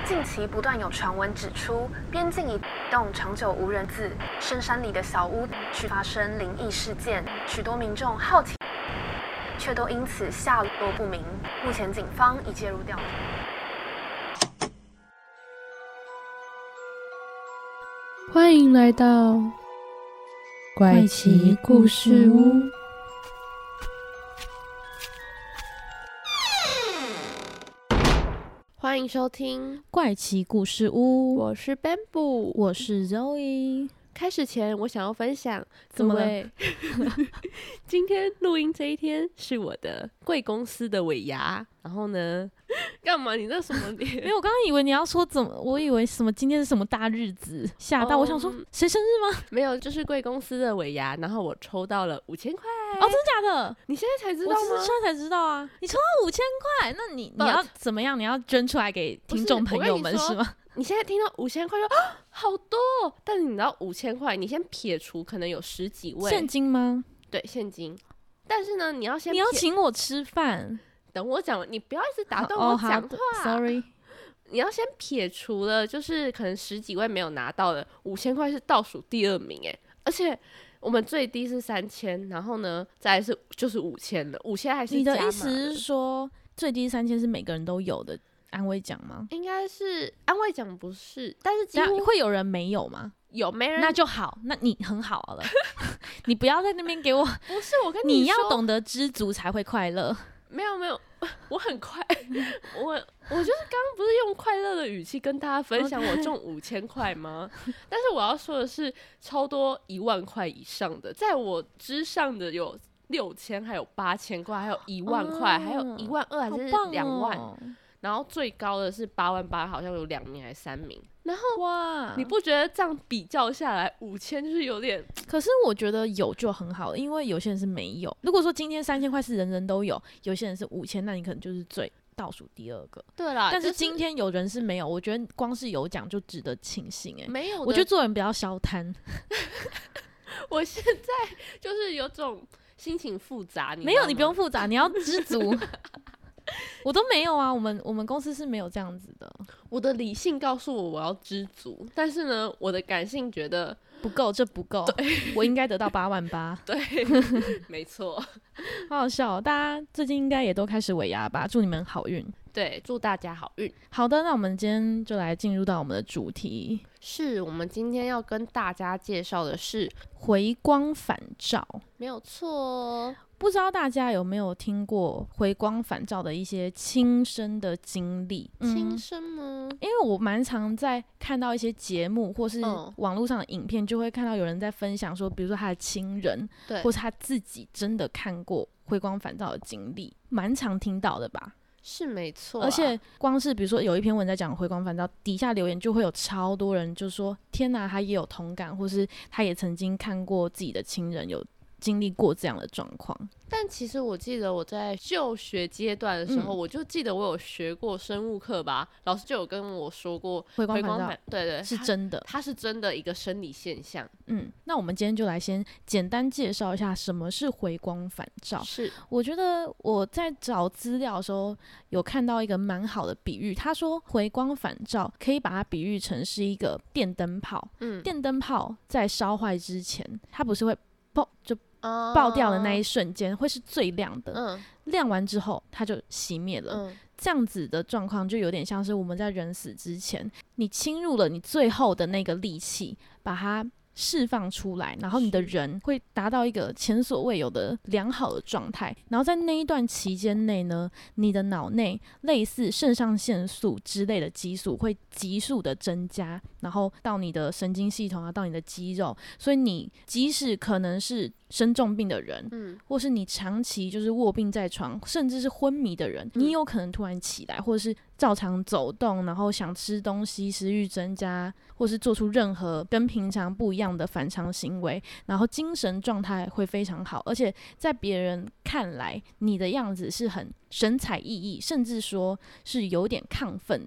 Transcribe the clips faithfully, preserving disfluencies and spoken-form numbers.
近期不断有传闻指出，边境一栋长久无人自深山里的小屋去发生灵异事件，许多民众好奇，却都因此下落不明。目前警方已介入调查。 欢迎来到怪奇故事屋。 欢迎收听怪奇故事屋， 我是 Bamboo， 我是 Zoe。 开始前，我想要分享， 怎么了？ 今天录音这一天是我的贵公司的尾牙，然后呢，干嘛？你那什么脸？ 没有，我刚刚以为你要说怎么，我以为什么今天是什么大日子，吓到、um, 我想说谁生日吗？ 没有，就是贵公司的尾牙，然后我抽到了五千块。 哦，真的假的？ 你现在才知道吗？ 我现在才知道啊！你抽到五千块，那你你要怎么样？你要捐出来给听众朋友们是吗？ 你现在听到五千块就啊，好多、哦！但是你知道五千块，你先撇除可能有十几位现金吗？ 对，现金。但是呢，你要先你要请我吃饭， 等我讲，你不要一直打断我讲话。 哦、Sorry， 你要先撇除了，就是可能十几位没有拿到的，五千块是倒数第二名哎，而且我们最低是三千，然后呢，再来是就是五千了，五千还是加码的。 你的意思是说，最低三千是每个人都有的？安慰奖吗？ 应该是安慰奖，不是，但是几乎会有人没有吗？ 有，没人， 那就好，那你很好了。你不要在那边给我， 不是我跟你说， 你要懂得知足才会快乐。 没有没有，我很快，我我就是刚刚不是用快乐的语气跟大家分享我中五千块吗？但是我要说的是，超多一万块以上的，在我之上的有六千，还有八千块，还有一万块，哦、还有一万二还是两万。哦，然后最高的是八万八，好像有两名还是三名。然后哇，你不觉得这样比较下来，五千就是有点？ 可是我觉得有就很好，因为有些人是没有。如果说今天三千块是人人都有，有些人是五千，那你可能就是最倒数第二个。 对啦， 但是今天有人是没有，我觉得光是有奖就值得庆幸哎、欸。 没有， 我觉得做人不要消贪。 我现在就是有种心情复杂，你没有，你不用复杂，你要知足。我都没有啊，我们我们公司是没有这样子的。 我的理性告诉我我要知足，但是呢，我的感性觉得不够，这不够，我应该得到八万八。 对，没错， 好好笑、哦。大家最近应该也都开始尾牙吧？祝你们好运。 对，祝大家好运。 好的，那我们今天就来进入到我们的主题， 是我们今天要跟大家介绍的是回光返照， 没有错。 不知道大家有没有听过回光返照的一些亲身的经历？ 亲身吗？ 因为我蛮常在看到一些节目或是网络上的影片，就会看到有人在分享说，比如说他的亲人， 对， 或是他自己真的看过回光返照的经历，蛮常听到的吧？ 是没错、啊， 而且光是比如说有一篇文在讲回光返照，底下留言就会有超多人就说，天哪，他也有同感，或是他也曾经看过自己的亲人有经历过这样的状况。 但其实我记得我在就学阶段的时候、嗯、我就记得我有学过生物课吧，老师就有跟我说过回光返照， 对对， 是真的， 它是真的一个生理现象。 嗯，那我们今天就来先简单介绍一下什么是回光返照。 是， 我觉得我在找资料的时候有看到一个蛮好的比喻，他说回光返照可以把它比喻成是一个电灯泡，嗯，电灯泡在烧坏之前，它不是会爆就爆掉的那一瞬间会是最亮的、嗯、亮完之后它就熄灭了、嗯、这样子的状况就有点像是我们在人死之前，你侵入了你最后的那个力气，把它释放出来，然后你的人会达到一个前所未有的良好的状态，然后在那一段期间内呢，你的脑内类似肾上腺素之类的激素会急速的增加，然后到你的神经系统啊，到你的肌肉，所以你即使可能是生重病的人、嗯、或是你长期就是卧病在床甚至是昏迷的人、嗯、你有可能突然起来，或者是照常走动，然后想吃东西，食欲增加，或是做出任何跟平常不一样的反常行为，然后精神状态会非常好，而且在别人看来你的样子是很神采奕奕，甚至说是有点亢奋的，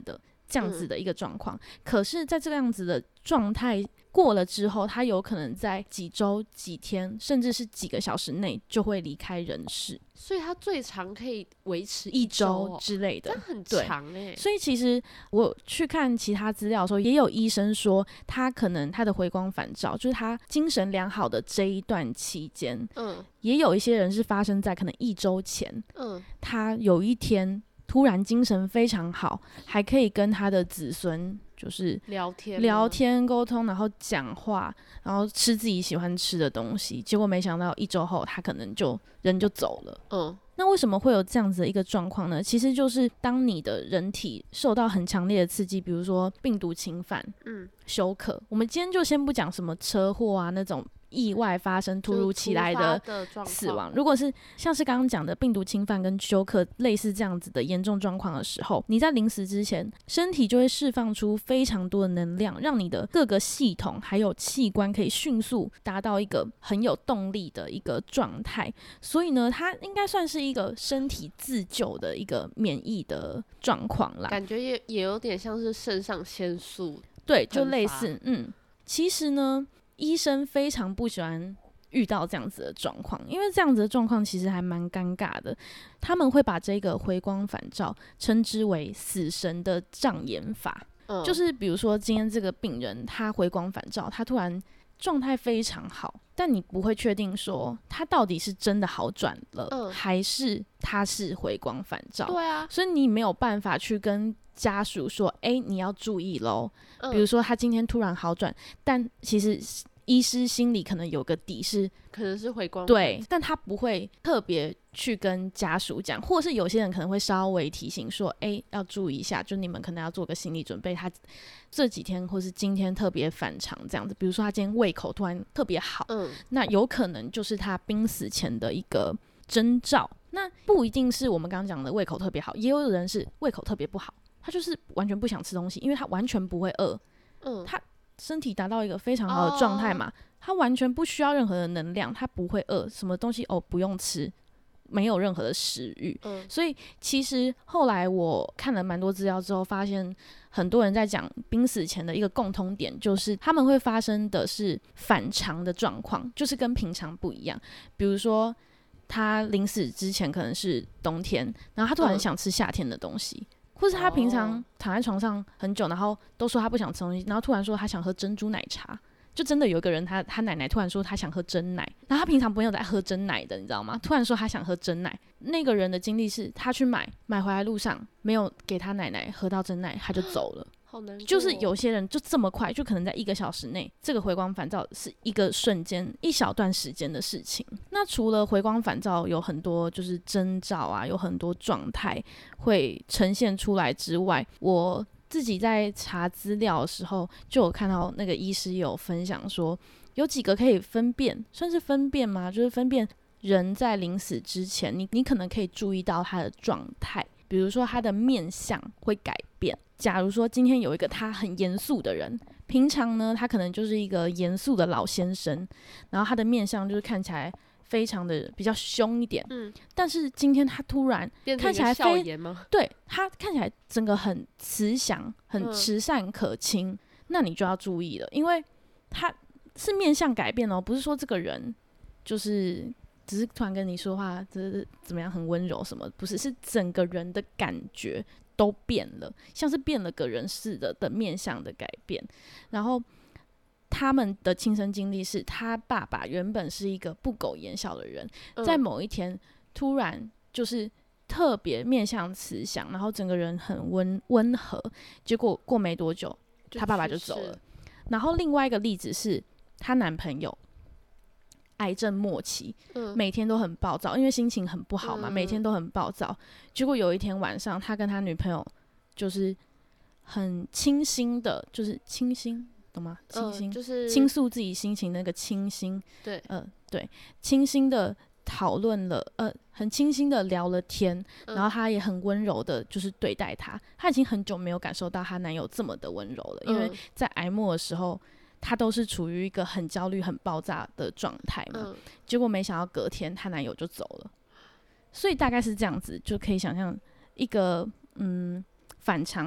这样子的一个状况、嗯。可是在这样子的状态过了之后，他有可能在几周、几天，甚至是几个小时内就会离开人世。 所以他最长可以维持一周之类的， 这很长哎、欸。 所以其实我去看其他资料的时候，也有医生说，他可能他的回光返照，就是他精神良好的这一段期间，嗯，也有一些人是发生在可能一周前，嗯，他有一天突然精神非常好，还可以跟他的子孙就是聊天聊天沟通，然后讲话，然后吃自己喜欢吃的东西，结果没想到一周后他可能就人就走了。嗯，那为什么会有这样子的一个状况呢？其实就是当你的人体受到很强烈的刺激，比如说病毒侵犯、嗯，休克，我们今天就先不讲什么车祸啊那种意外发生突如其来的死亡，如果是像是刚刚讲的病毒侵犯跟休克类似这样子的严重状况的时候，你在临死之前身体就会释放出非常多的能量，让你的各个系统还有器官可以迅速达到一个很有动力的一个状态，所以呢它应该算是一个身体自救的一个免疫的状况啦， 感觉 也, 也有点像是肾上腺素， 对，就类似。嗯，其实呢医生非常不喜欢遇到这样子的状况，因为这样子的状况其实还蛮尴尬的。他们会把这个回光返照称之为死神的障眼法、嗯、就是比如说今天这个病人他回光返照，他突然状态非常好，但你不会确定说他到底是真的好转了、嗯、还是他是回光返照。 对啊， 所以你没有办法去跟家属说哎、欸，你要注意咯、嗯、比如说他今天突然好转，但其实医师心里可能有个底是可能是回光返照， 对，但他不会特别去跟家属讲，或是有些人可能会稍微提醒说哎、欸，要注意一下，就你们可能要做个心理准备，他这几天或是今天特别反常这样子，比如说他今天胃口突然特别好、嗯、那有可能就是他濒死前的一个征兆。那不一定是我们刚刚讲的胃口特别好，也有人是胃口特别不好，他就是完全不想吃东西，因为他完全不会饿、嗯、他身体达到一个非常好的状态嘛、哦，他完全不需要任何的能量，他不会饿，什么东西哦不用吃，没有任何的食欲、嗯、所以其实后来我看了蛮多资料之后，发现很多人在讲濒死前的一个共通点，就是他们会发生的是反常的状况，就是跟平常不一样。比如说他临死之前可能是冬天，然后他突然想吃夏天的东西、嗯，或是他平常躺在床上很久，然后都说他不想吃东西，然后突然说他想喝珍珠奶茶，就真的有一个人他他奶奶突然说他想喝珍奶，然后他平常没有在喝珍奶的，你知道吗？突然说他想喝珍奶，那个人的经历是他去买，买回来路上没有给他奶奶喝到珍奶，他就走了。 好难过哦， 就是有些人就这么快，就可能在一个小时内，这个回光返照是一个瞬间一小段时间的事情。那除了回光返照有很多就是征兆啊，有很多状态会呈现出来之外，我自己在查资料的时候就有看到那个医师有分享说，有几个可以分辨，算是分辨吗？就是分辨人在临死之前，你你可能可以注意到他的状态，比如说他的面相会改变。假如说今天有一个他很严肃的人，平常呢他可能就是一个严肃的老先生，然后他的面相就是看起来非常的比较凶一点，嗯，但是今天他突然看起来非变成一个笑颜吗？ 对，他看起来整个很慈祥，很慈善可亲、嗯，那你就要注意了，因为他是面相改变哦，不是说这个人就是只是突然跟你说话，这是怎么样很温柔什么，不是，是整个人的感觉都变了，像是变了个人似的的面相的改变。然后他们的亲身经历是，他爸爸原本是一个不苟言笑的人、嗯、在某一天突然就是特别面相慈祥，然后整个人很温温和，结果过没多久他爸爸就走了。然后另外一个例子是她男朋友癌症末期、嗯、每天都很暴躁，因为心情很不好嘛、嗯、每天都很暴躁，结果有一天晚上他跟他女朋友就是很清新的，就是清新懂吗？清新、嗯、就是倾诉自己心情那个清新， 对， 呃，对，清新的讨论了，呃，很清新的聊了天、嗯、然后他也很温柔的就是对待他，他已经很久没有感受到他男友这么的温柔了、嗯、因为在癌末的时候她都是处于一个很焦虑很爆炸的状态嘛、嗯、结果没想到隔天她男友就走了，所以大概是这样子，就可以想象一个嗯反常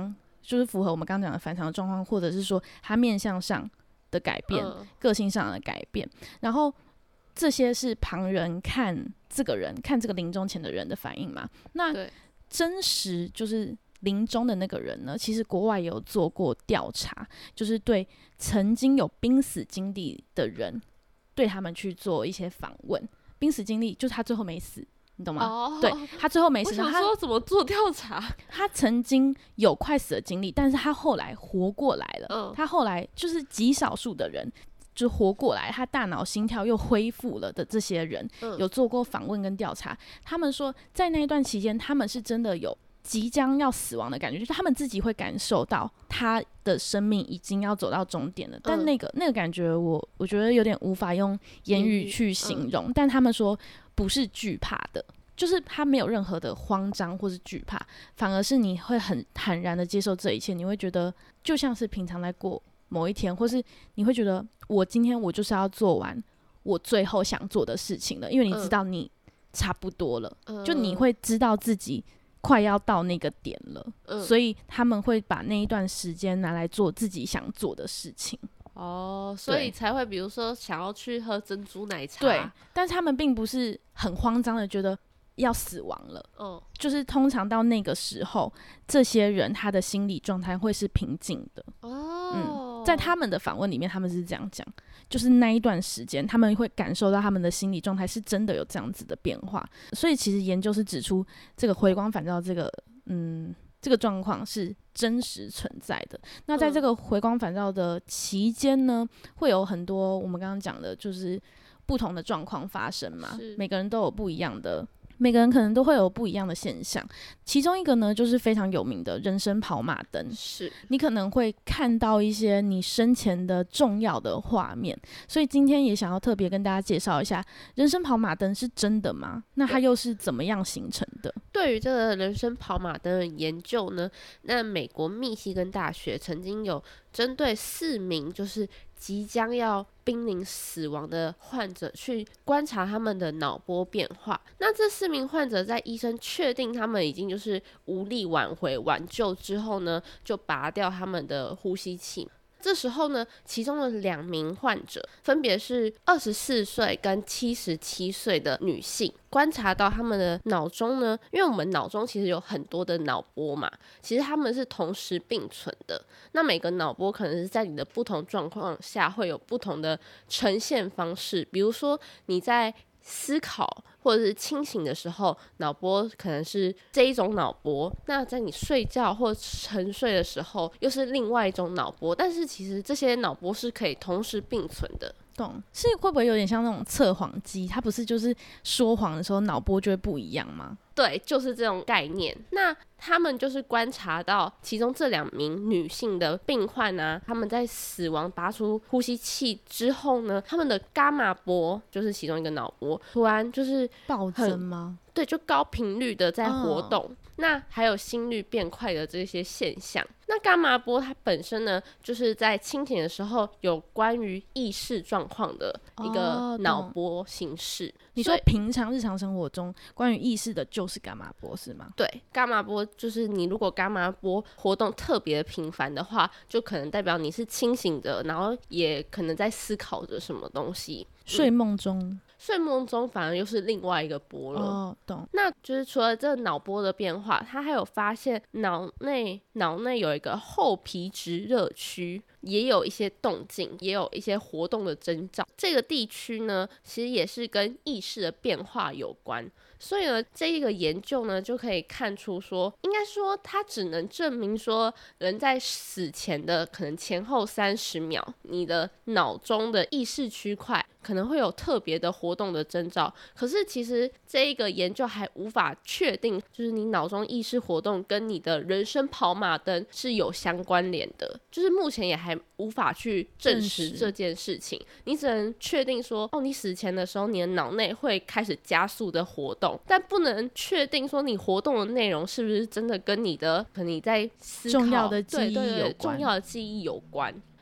就是符合我们刚刚讲的反常的状况，或者是说他面向上的改变、嗯、个性上的改变，然后这些是旁人看这个人看这个临终前的人的反应嘛。那真实就是临终的那个人呢，其实国外也有做过调查，就是对曾经有濒死经历的人，对他们去做一些访问。濒死经历就是他最后没死，你懂吗？哦、对，他最后没死。 我想说怎么做调查？ 他曾经有快死的经历，但是他后来活过来了。嗯、他后来就是极少数的人就活过来，他大脑心跳又恢复了的这些人，嗯、有做过访问跟调查。他们说，在那一段期间，他们是真的有即将要死亡的感觉，就是他们自己会感受到他的生命已经要走到终点了，但那个、嗯、那个感觉我我觉得有点无法用言语去形容、嗯、但他们说不是惧怕的，就是他没有任何的慌张或是惧怕，反而是你会很坦然的接受这一切，你会觉得就像是平常在过某一天，或是你会觉得我今天我就是要做完我最后想做的事情了，因为你知道你差不多了、嗯、就你会知道自己快要到那个点了、嗯、所以他们会把那一段时间拿来做自己想做的事情。 哦，所以才会比如说想要去喝珍珠奶茶。 对，但是他们并不是很慌张的觉得要死亡了、嗯、就是通常到那个时候这些人他的心理状态会是平静的。哦、嗯，在他们的访问里面他们是这样讲，就是那一段时间他们会感受到他们的心理状态是真的有这样子的变化。所以其实研究是指出这个回光返照这个嗯这个状况是真实存在的。那在这个回光返照的期间呢、嗯、会有很多我们刚刚讲的就是不同的状况发生嘛，每个人都有不一样的每个人可能都会有不一样的现象，其中一个呢就是非常有名的人生跑马灯。 是你可能会看到一些你生前的重要的画面，所以今天也想要特别跟大家介绍一下人生跑马灯是真的吗？那它又是怎么样形成的？ 对于这个人生跑马灯的研究呢，那美国密西根大学曾经有针对四名就是即将要濒临死亡的患者去观察他们的脑波变化。那这四名患者在医生确定他们已经就是无力挽回挽救之后呢，就拔掉他们的呼吸器。这时候呢，其中的两名患者分别是二十四岁跟七十七岁的女性，观察到他们的脑中呢，因为我们脑中其实有很多的脑波嘛，其实他们是同时并存的。那每个脑波可能是在你的不同状况下会有不同的呈现方式，比如说你在思考或者是清醒的时候，脑波可能是这一种脑波，那在你睡觉或沉睡的时候又是另外一种脑波，但是其实这些脑波是可以同时并存的。 懂，是会不会有点像那种测谎机，它不是就是说谎的时候脑波就会不一样吗？ 对，就是这种概念。那他们就是观察到其中这两名女性的病患啊，他们在死亡拔出呼吸器之后呢，他们的伽马波就是其中一个脑波突然就是暴增吗？ 对，就高频率的在活动、哦、那还有心率变快的这些现象。那伽马波它本身呢，就是在清醒的时候有关于意识状况的一个脑波形式、哦、 你说平常日常生活中关于意识的就是伽马波是吗？ 对，伽马波就是你如果伽马波活动特别频繁的话，就可能代表你是清醒的，然后也可能在思考着什么东西。 睡梦中、嗯睡梦中反而又是另外一个波了。 哦，懂。 那就是除了这脑波的变化，他还有发现脑内脑内有一个后皮质热区，也有一些动静，也有一些活动的征兆。这个地区呢，其实也是跟意识的变化有关。所以呢，这一个研究呢，就可以看出说，应该说它只能证明说，人在死前的可能前后三十秒，你的脑中的意识区块可能会有特别的活动的征兆。可是其实这一个研究还无法确定，就是你脑中意识活动跟你的人生跑马灯是有相关联的，就是目前也还无法去证实这件事情。你只能确定说，哦，你死前的时候，你的脑内会开始加速的活动，但不能确定说你活动的内容是不是真的跟你的可能你在思考重要的记忆有关。 对对对，重要的记忆有关。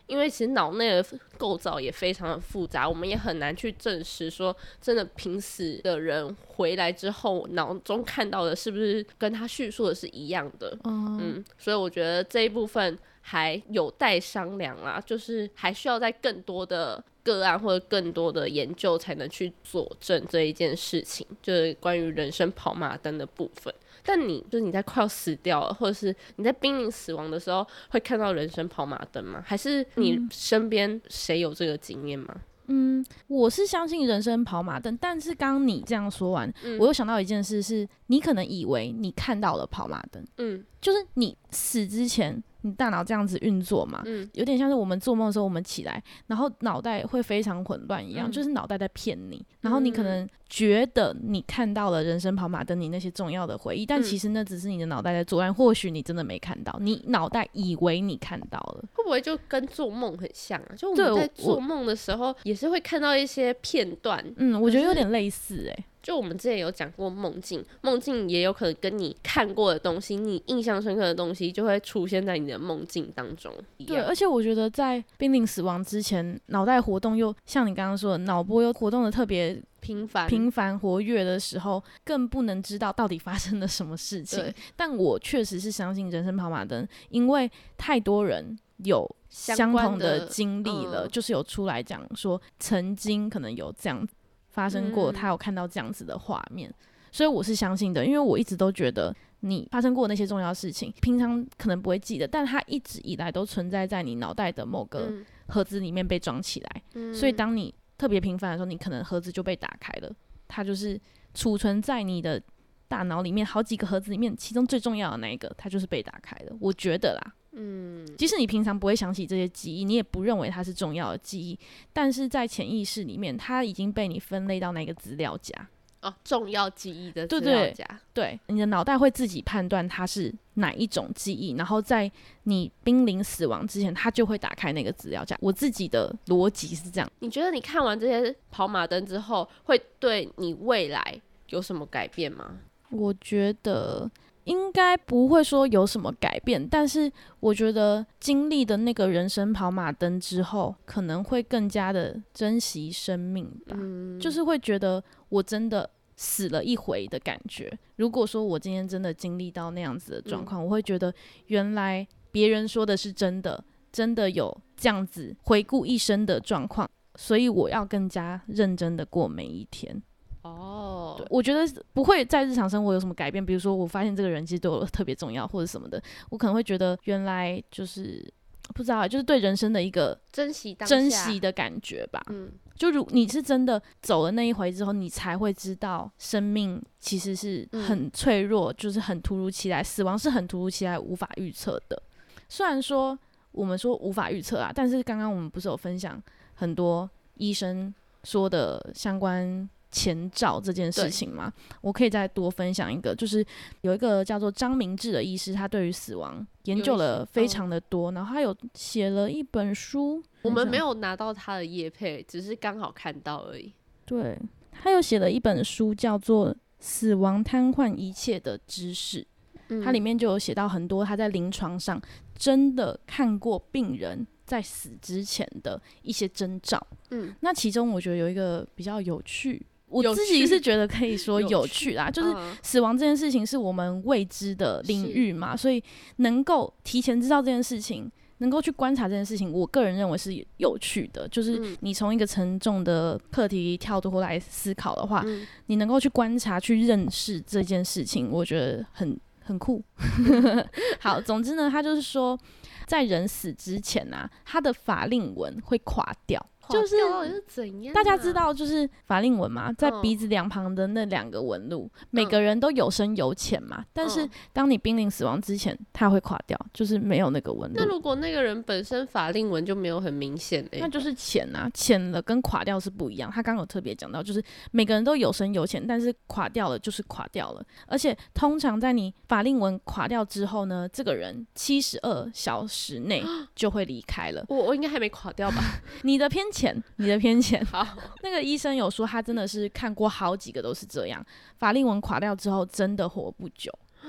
因为其实脑内的构造也非常的复杂，我们也很难去证实说真的濒死的人回来之后脑中看到的是不是跟他叙述的是一样的。嗯, 嗯所以我觉得这一部分还有待商量啦，就是还需要在更多的个案或者更多的研究才能去佐证这一件事情，就是关于人生跑马灯的部分。但你就是你在快要死掉了，或者是你在濒临死亡的时候会看到人生跑马灯吗？还是你身边谁有这个经验吗？ 嗯，我是相信人生跑马灯，但是刚刚你这样说完、嗯、我又想到一件事，是你可能以为你看到了跑马灯，嗯，就是你死之前你大脑这样子运作嘛、嗯，有点像是我们做梦的时候我们起来然后脑袋会非常混乱一样、嗯、就是脑袋在骗你，然后你可能觉得你看到了人生跑马灯你那些重要的回忆，但其实那只是你的脑袋在作案，或许你真的没看到，你脑袋以为你看到了。 会不会就跟做梦很像啊？就我们在做梦的时候也是会看到一些片段。 嗯，我觉得有点类似欸。 就我们之前有讲过梦境，梦境也有可能跟你看过的东西，你印象深刻的东西就会出现在你的梦境当中一样。 对，而且我觉得在濒临死亡之前，脑袋活动又像你刚刚说的，脑波又活动的特别频繁频繁活跃的时候，更不能知道到底发生了什么事情。但我确实是相信人生跑马灯，因为太多人有相同的经历了、嗯、就是有出来讲说曾经可能有这样发生过、嗯、他有看到这样子的画面，所以我是相信的。因为我一直都觉得你发生过那些重要事情平常可能不会记得，但它一直以来都存在在你脑袋的某个盒子里面被装起来、嗯、所以当你特别频繁的时候，你可能盒子就被打开了，它就是储存在你的大脑里面好几个盒子里面，其中最重要的那一个它就是被打开了，我觉得啦。嗯，即使你平常不会想起这些记忆，你也不认为它是重要的记忆，但是在潜意识里面它已经被你分类到那个资料夹。 哦，重要记忆的资料夹。 对对，对，你的脑袋会自己判断它是哪一种记忆，然后在你濒临死亡之前它就会打开那个资料夹。我自己的逻辑是这样。 你觉得你看完这些跑马灯之后会对你未来有什么改变吗？ 我觉得应该不会说有什么改变，但是我觉得经历的那个人生跑马灯之后可能会更加的珍惜生命吧、嗯、就是会觉得我真的死了一回的感觉。如果说我今天真的经历到那样子的状况、嗯、我会觉得原来别人说的是真的，真的有这样子回顾一生的状况，所以我要更加认真的过每一天。哦，对，我觉得不会在日常生活有什么改变，比如说我发现这个人其实对我特别重要或者什么的，我可能会觉得原来就是不知道，就是对人生的一个珍惜当下珍惜的感觉吧。嗯，就如你是真的走了那一回之后，你才会知道生命其实是很脆弱、嗯、就是很突如其来，死亡是很突如其来无法预测的。虽然说我们说无法预测啊，但是刚刚我们不是有分享很多医生说的相关前兆这件事情吗？我可以再多分享一个，就是有一个叫做张明志的医师，他对于死亡研究了非常的多，然后他有写了一本书， 我们没有拿到他的业配，只是刚好看到而已。 对，他有写了一本书叫做《死亡瘫痪一切的知识》，嗯，它里面就有写到很多他在临床上真的看过病人在死之前的一些征兆。嗯，那其中我觉得有一个比较有趣，我自己是觉得可以说有趣啦，就是死亡这件事情是我们未知的领域嘛，所以能够提前知道这件事情，能够去观察这件事情，我个人认为是有趣的。就是你从一个沉重的课题跳脱来思考的话，嗯，你能够去观察、去认识这件事情，我觉得很很酷。好，总之呢，他就是说，在人死之前啊，他的法令纹会垮掉。就是大家知道就是法令纹嘛，在鼻子两旁的那两个纹路，嗯，每个人都有深有浅嘛，但是当你濒临死亡之前它会垮掉，就是没有那个纹路。 那如果那个人本身法令纹就没有很明显，欸， 那就是浅啊，浅了跟垮掉是不一样。他刚刚有特别讲到，就是每个人都有深有浅，但是垮掉了就是垮掉了。而且通常在你法令纹垮掉之后呢，这个人七十二小时内就会离开了。 我我应该还没垮掉吧？ 你的偏浅，你的偏浅。好，那个医生有说他真的是看过好几个都是这样，法令纹垮掉之后真的活不久。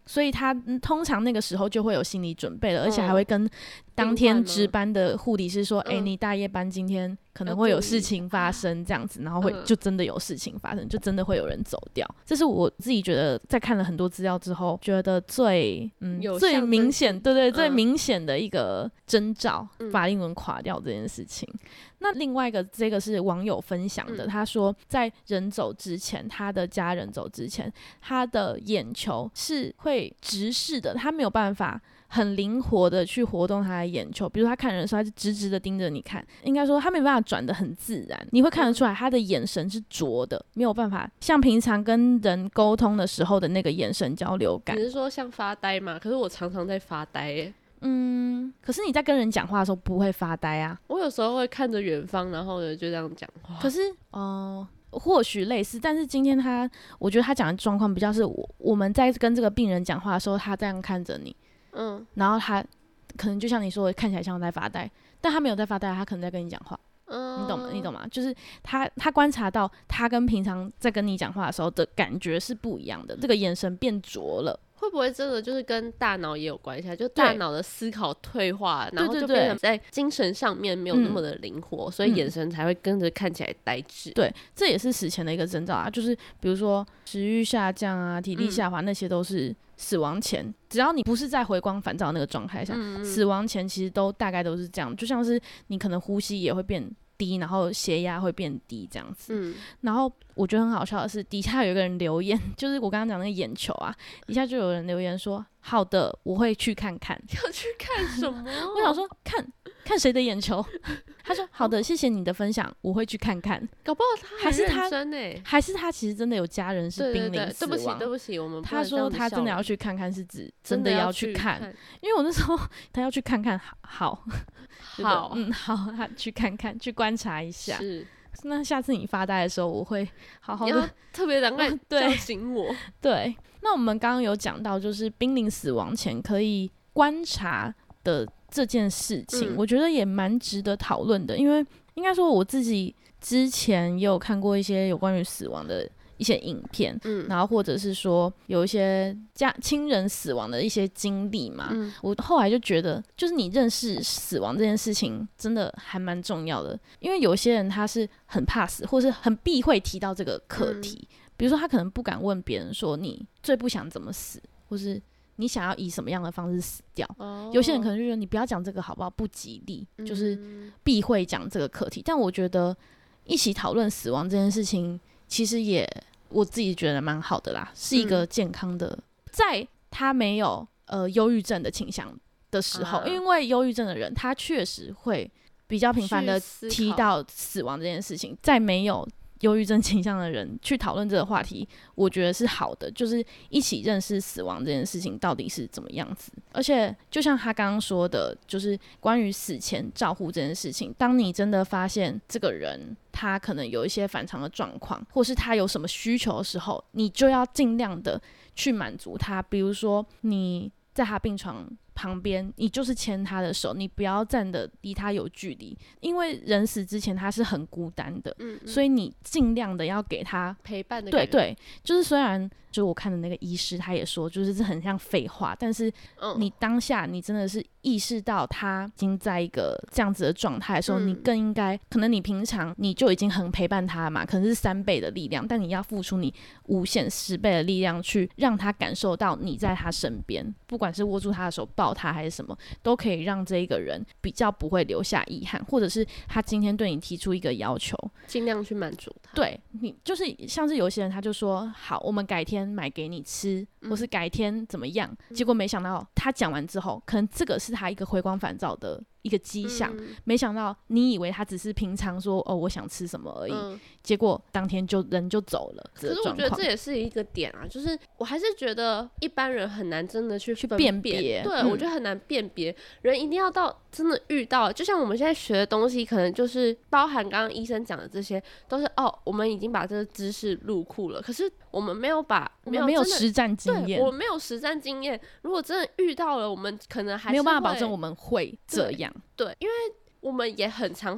所以他、嗯、通常那个时候就会有心理准备了，而且还会跟当天值班的护理师说，哎、欸，你大夜班今天可能会有事情发生，这样子，然后会就真的有事情发生，就真的会有人走掉。这是我自己觉得在看了很多资料之后，觉得最嗯最明显，对对，最明显的一个征兆，法令纹垮掉这件事情。那另外一个，这个是网友分享的，他说在人走之前，他的家人走之前，他的眼球是会直视的，他没有办法很灵活的去活动他的眼球，比如他看人的时候，他就直直的盯着你看，应该说他没办法转得很自然，你会看得出来他的眼神是浊的，没有办法像平常跟人沟通的时候的那个眼神交流感。 你是说像发呆吗？可是我常常在发呆耶。 嗯，可是你在跟人讲话的时候不会发呆啊。 我有时候会看着远方，然后呢就这样讲话。 可是哦、呃，或许类似，但是今天他，我觉得他讲的状况比较是我我们在跟这个病人讲话的时候，他这样看着你，嗯，然后他可能就像你说的，看起来像在发呆，但他没有在发呆，他可能在跟你讲话。嗯，你懂吗？你懂吗？就是他他观察到他跟平常在跟你讲话的时候的感觉是不一样的，这个眼神变浊了。 会不会真的就是跟大脑也有关系啊？就大脑的思考退化，然后就变成在精神上面没有那么的灵活，嗯，所以眼神才会跟着看起来呆滞。 对，这也是死前的一个征兆啊，就是比如说食欲下降啊、体力下滑，嗯，那些都是死亡前。只要你不是在回光返照那个状态下，嗯，死亡前其实都大概都是这样，就像是你可能呼吸也会变低，然后血压会变低这样子。嗯，然后我觉得很好笑的是，底下有一个人留言，就是我刚刚讲那个眼球啊，底下就有人留言说：“好的，我会去看看。” 要去看什么？ 我想说，看看谁的眼球？他说：“好的，谢谢你的分享，我会去看看。” 搞不好他还是他真欸， 还是他其实真的有家人是濒临死亡。 对不起，对不起，我们他说他真的要去看看，是指真的要去看，因为我那时候他要去看看，好。 好， 嗯，好，他去看看，去观察一下。是，那下次你发呆的时候，我会好好的， 特别赶快叫醒我。 对，那我们刚刚有讲到，就是濒临死亡前可以观察的这件事情，嗯，我觉得也蛮值得讨论的，因为应该说我自己之前也有看过一些有关于死亡的一些影片，嗯，然后或者是说有一些家亲人死亡的一些经历嘛，嗯，我后来就觉得，就是你认识死亡这件事情真的还蛮重要的，因为有些人他是很怕死，或是很避讳提到这个课题，嗯，比如说他可能不敢问别人说你最不想怎么死，或是你想要以什么样的方式死掉，哦，有些人可能就觉得你不要讲这个好不好，不吉利，嗯，就是避讳讲这个课题，但我觉得一起讨论死亡这件事情其实也我自己觉得蛮好的啦，是一个健康的，嗯，在他没有呃忧郁症的倾向的时候，啊，因为忧郁症的人他确实会比较频繁的提到死亡这件事情，在没有忧郁症倾向的人去讨论这个话题，我觉得是好的，就是一起认识死亡这件事情到底是怎么样子。而且就像他刚刚说的，就是关于死前照护这件事情，当你真的发现这个人他可能有一些反常的状况，或是他有什么需求的时候，你就要尽量的去满足他。比如说你在他病床旁边，你就是牵他的手，你不要站得离他有距离，因为人死之前他是很孤单的，嗯嗯，所以你尽量的要给他陪伴的感觉。 对对，就是虽然就我看的那个医师他也说，就是这很像废话，但是你当下你真的是意识到他已经在一个这样子的状态的时候，嗯，你更应该，可能你平常你就已经很陪伴他嘛，可能是三倍的力量，但你要付出你无限十倍的力量去让他感受到你在他身边，不管是握住他的手抱他还是什么，都可以让这一个人比较不会留下遗憾，或者是他今天对你提出一个要求， 尽量去满足他。 对，你就是像是有些人他就说好，我们改天买给你吃，或是改天怎么样，嗯，结果没想到他讲完之后，可能这个是他一个回光返照的一个迹象，嗯，没想到你以为他只是平常说哦我想吃什么而已，嗯，结果当天就人就走了。 可是我觉得这也是一个点啊，就是我还是觉得一般人很难真的去去辨别， 对，嗯，我觉得很难辨别，人一定要到真的遇到，就像我们现在学的东西，可能就是包含刚刚医生讲的这些，都是哦，我们已经把这个知识入库了，可是我们没有把我们没有实战经验， 对，我们没有实战经验，如果真的遇到了，我们可能还是没有办法保证我们会这样。 对，因为我们也很常会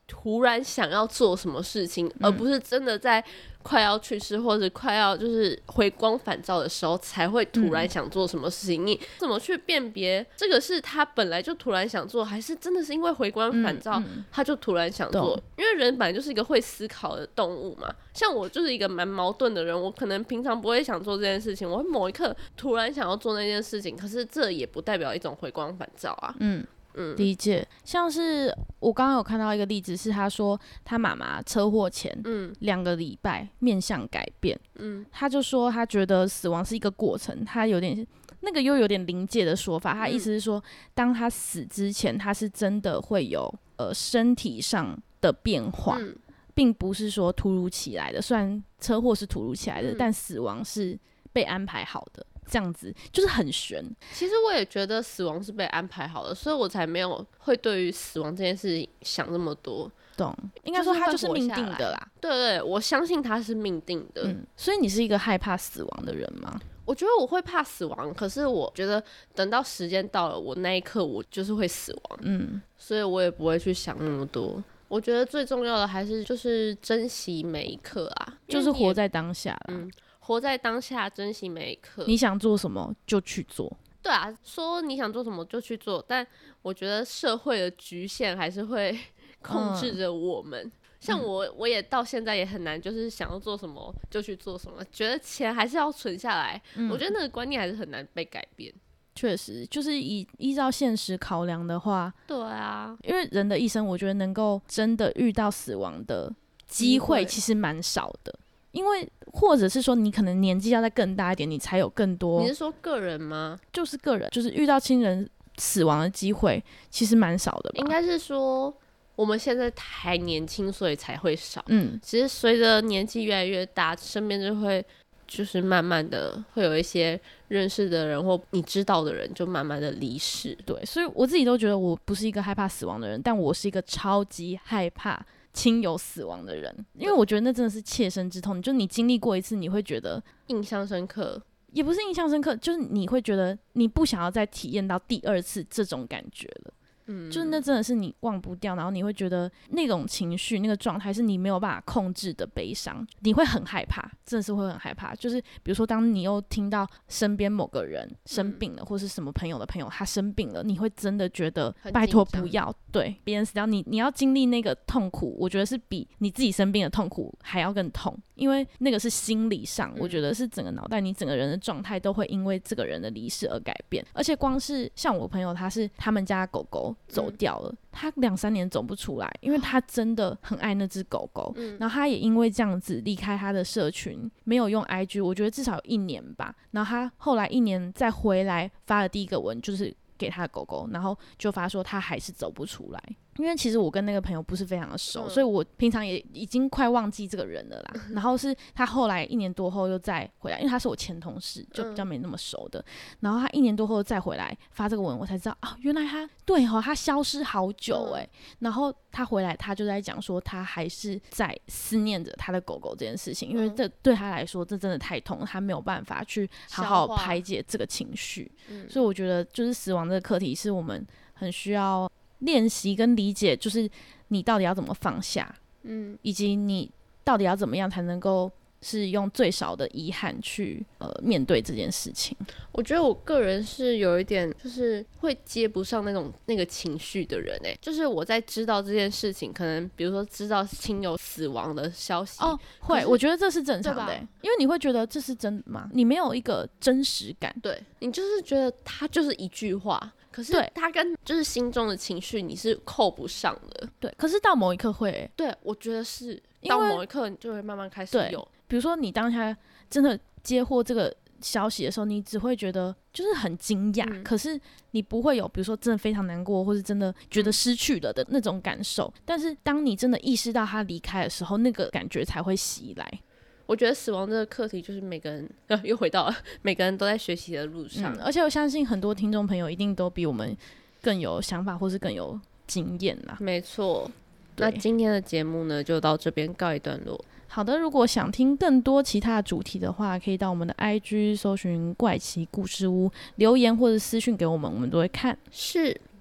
突然想要做什么事情、嗯、而不是真的在快要去世或者快要就是回光返照的时候才会突然想做什么事情、嗯、你怎么去辨别这个是他本来就突然想做，还是真的是因为回光返照、嗯嗯、他就突然想做？因为人本来就是一个会思考的动物嘛，像我就是一个蛮矛盾的人，我可能平常不会想做这件事情，我会某一刻突然想要做那件事情，可是这也不代表一种回光返照啊。嗯嗯，理解。像是我刚刚有看到一个例子，是他说他妈妈车祸前两、嗯、个礼拜面相改变，嗯，他就说他觉得死亡是一个过程，他有点那个又有点临界的说法，他意思是说、嗯、当他死之前他是真的会有呃身体上的变化、嗯、并不是说突如其来的，虽然车祸是突如其来的、嗯、但死亡是被安排好的，这样子就是很悬。 其实我也觉得死亡是被安排好的，所以我才没有会对于死亡这件事情想那么多。 懂，应该说他就是命定的啦。 对对，我相信他是命定的、嗯、 所以你是一个害怕死亡的人吗？ 我觉得我会怕死亡，可是我觉得等到时间到了，我那一刻我就是会死亡，嗯，所以我也不会去想那么多。我觉得最重要的还是就是珍惜每一刻啊， 就是活在当下啦。 嗯，活在当下，珍惜每一刻。 你想做什么就去做。 对啊，说你想做什么就去做，但我觉得社会的局限还是会控制着我们。嗯、像我，我也到现在也很难，就是想要做什么就去做什么，觉得钱还是要存下来。嗯、我觉得那个观念还是很难被改变。 确实，就是以依照现实考量的话， 对啊， 因为人的一生，我觉得能够真的遇到死亡的机会其实蛮少的。因为或者是说你可能年纪要再更大一点，你才有更多。 你是说个人吗？ 就是个人，就是遇到亲人死亡的机会其实蛮少的吧。 应该是说我们现在还年轻，所以才会少。嗯，其实随着年纪越来越大，身边就会就是慢慢的会有一些认识的人或你知道的人就慢慢的离世。 对，所以我自己都觉得我不是一个害怕死亡的人，但我是一个超级害怕亲友死亡的人，因为我觉得那真的是切身之痛，就你经历过一次，你会觉得印象深刻， 也不是印象深刻，就是你会觉得你不想要再体验到第二次这种感觉了。嗯，就是那真的是你忘不掉，然后你会觉得那种情绪那个状态是你没有办法控制的悲伤，你会很害怕，真的是会很害怕。就是比如说当你又听到身边某个人生病了、嗯、或是什么朋友的朋友他生病了，你会真的觉得拜托不要，对，别人死掉，你你要经历那个痛苦，我觉得是比你自己生病的痛苦还要更痛，因为那个是心理上、嗯、我觉得是整个脑袋你整个人的状态都会因为这个人的离世而改变。而且光是像我朋友，他是他们家狗狗走掉了、嗯、他两三年走不出来，因为他真的很爱那只狗狗、嗯、然后他也因为这样子离开他的社群，没有用 I G， 我觉得至少有一年吧。然后他后来一年再回来发了第一个文，就是给他的狗狗，然后就发说他还是走不出来。因为其实我跟那个朋友不是非常的熟、嗯、所以我平常也已经快忘记这个人了啦。然后是他后来一年多后又再回来，因为他是我前同事，就比较没那么熟的、嗯、然后他一年多后再回来发这个文，我才知道啊，原来他对哦，他消失好久哎、欸嗯。然后他回来他就在讲说他还是在思念着他的狗狗这件事情，因为这对他来说这真的太痛了，他没有办法去好好排解这个情绪、嗯、所以我觉得就是死亡这个课题是我们很需要练习跟理解，就是你到底要怎么放下，嗯，以及你到底要怎么样才能够是用最少的遗憾去呃面对这件事情。 我觉得我个人是有一点就是会接不上那种那个情绪的人欸，就是我在知道这件事情，可能比如说知道亲友死亡的消息， 哦，会，我觉得这是正常的欸，因为你会觉得这是真的吗？你没有一个真实感， 对，你就是觉得它就是一句话。可是他跟就是心中的情绪你是扣不上的， 对。可是到某一刻会、欸，对， 我觉得是到某一刻你就会慢慢开始有。 比如说你当下真的接获这个消息的时候，你只会觉得就是很惊讶、嗯，可是你不会有比如说真的非常难过，或是真的觉得失去了的那种感受。但是当你真的意识到他离开的时候，那个感觉才会袭来。 我觉得死亡这个课题就是每个人、呃、又回到了每个人都在学习的路上、 嗯、而且我相信很多听众朋友一定都比我们更有想法或是更有经验啦。 没错，那今天的节目呢就到这边告一段落。 好的，如果想听更多其他的主题的话，可以到我们的 I G 搜寻怪奇故事屋留言或者私讯给我们，我们都会看。 是，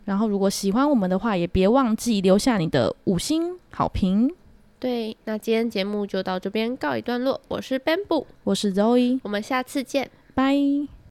然后如果喜欢我们的话，也别忘记留下你的五星好评。 对，那今天节目就到这边告一段落。我是 Bamboo， 我是 Zoe， 我们下次见， 拜。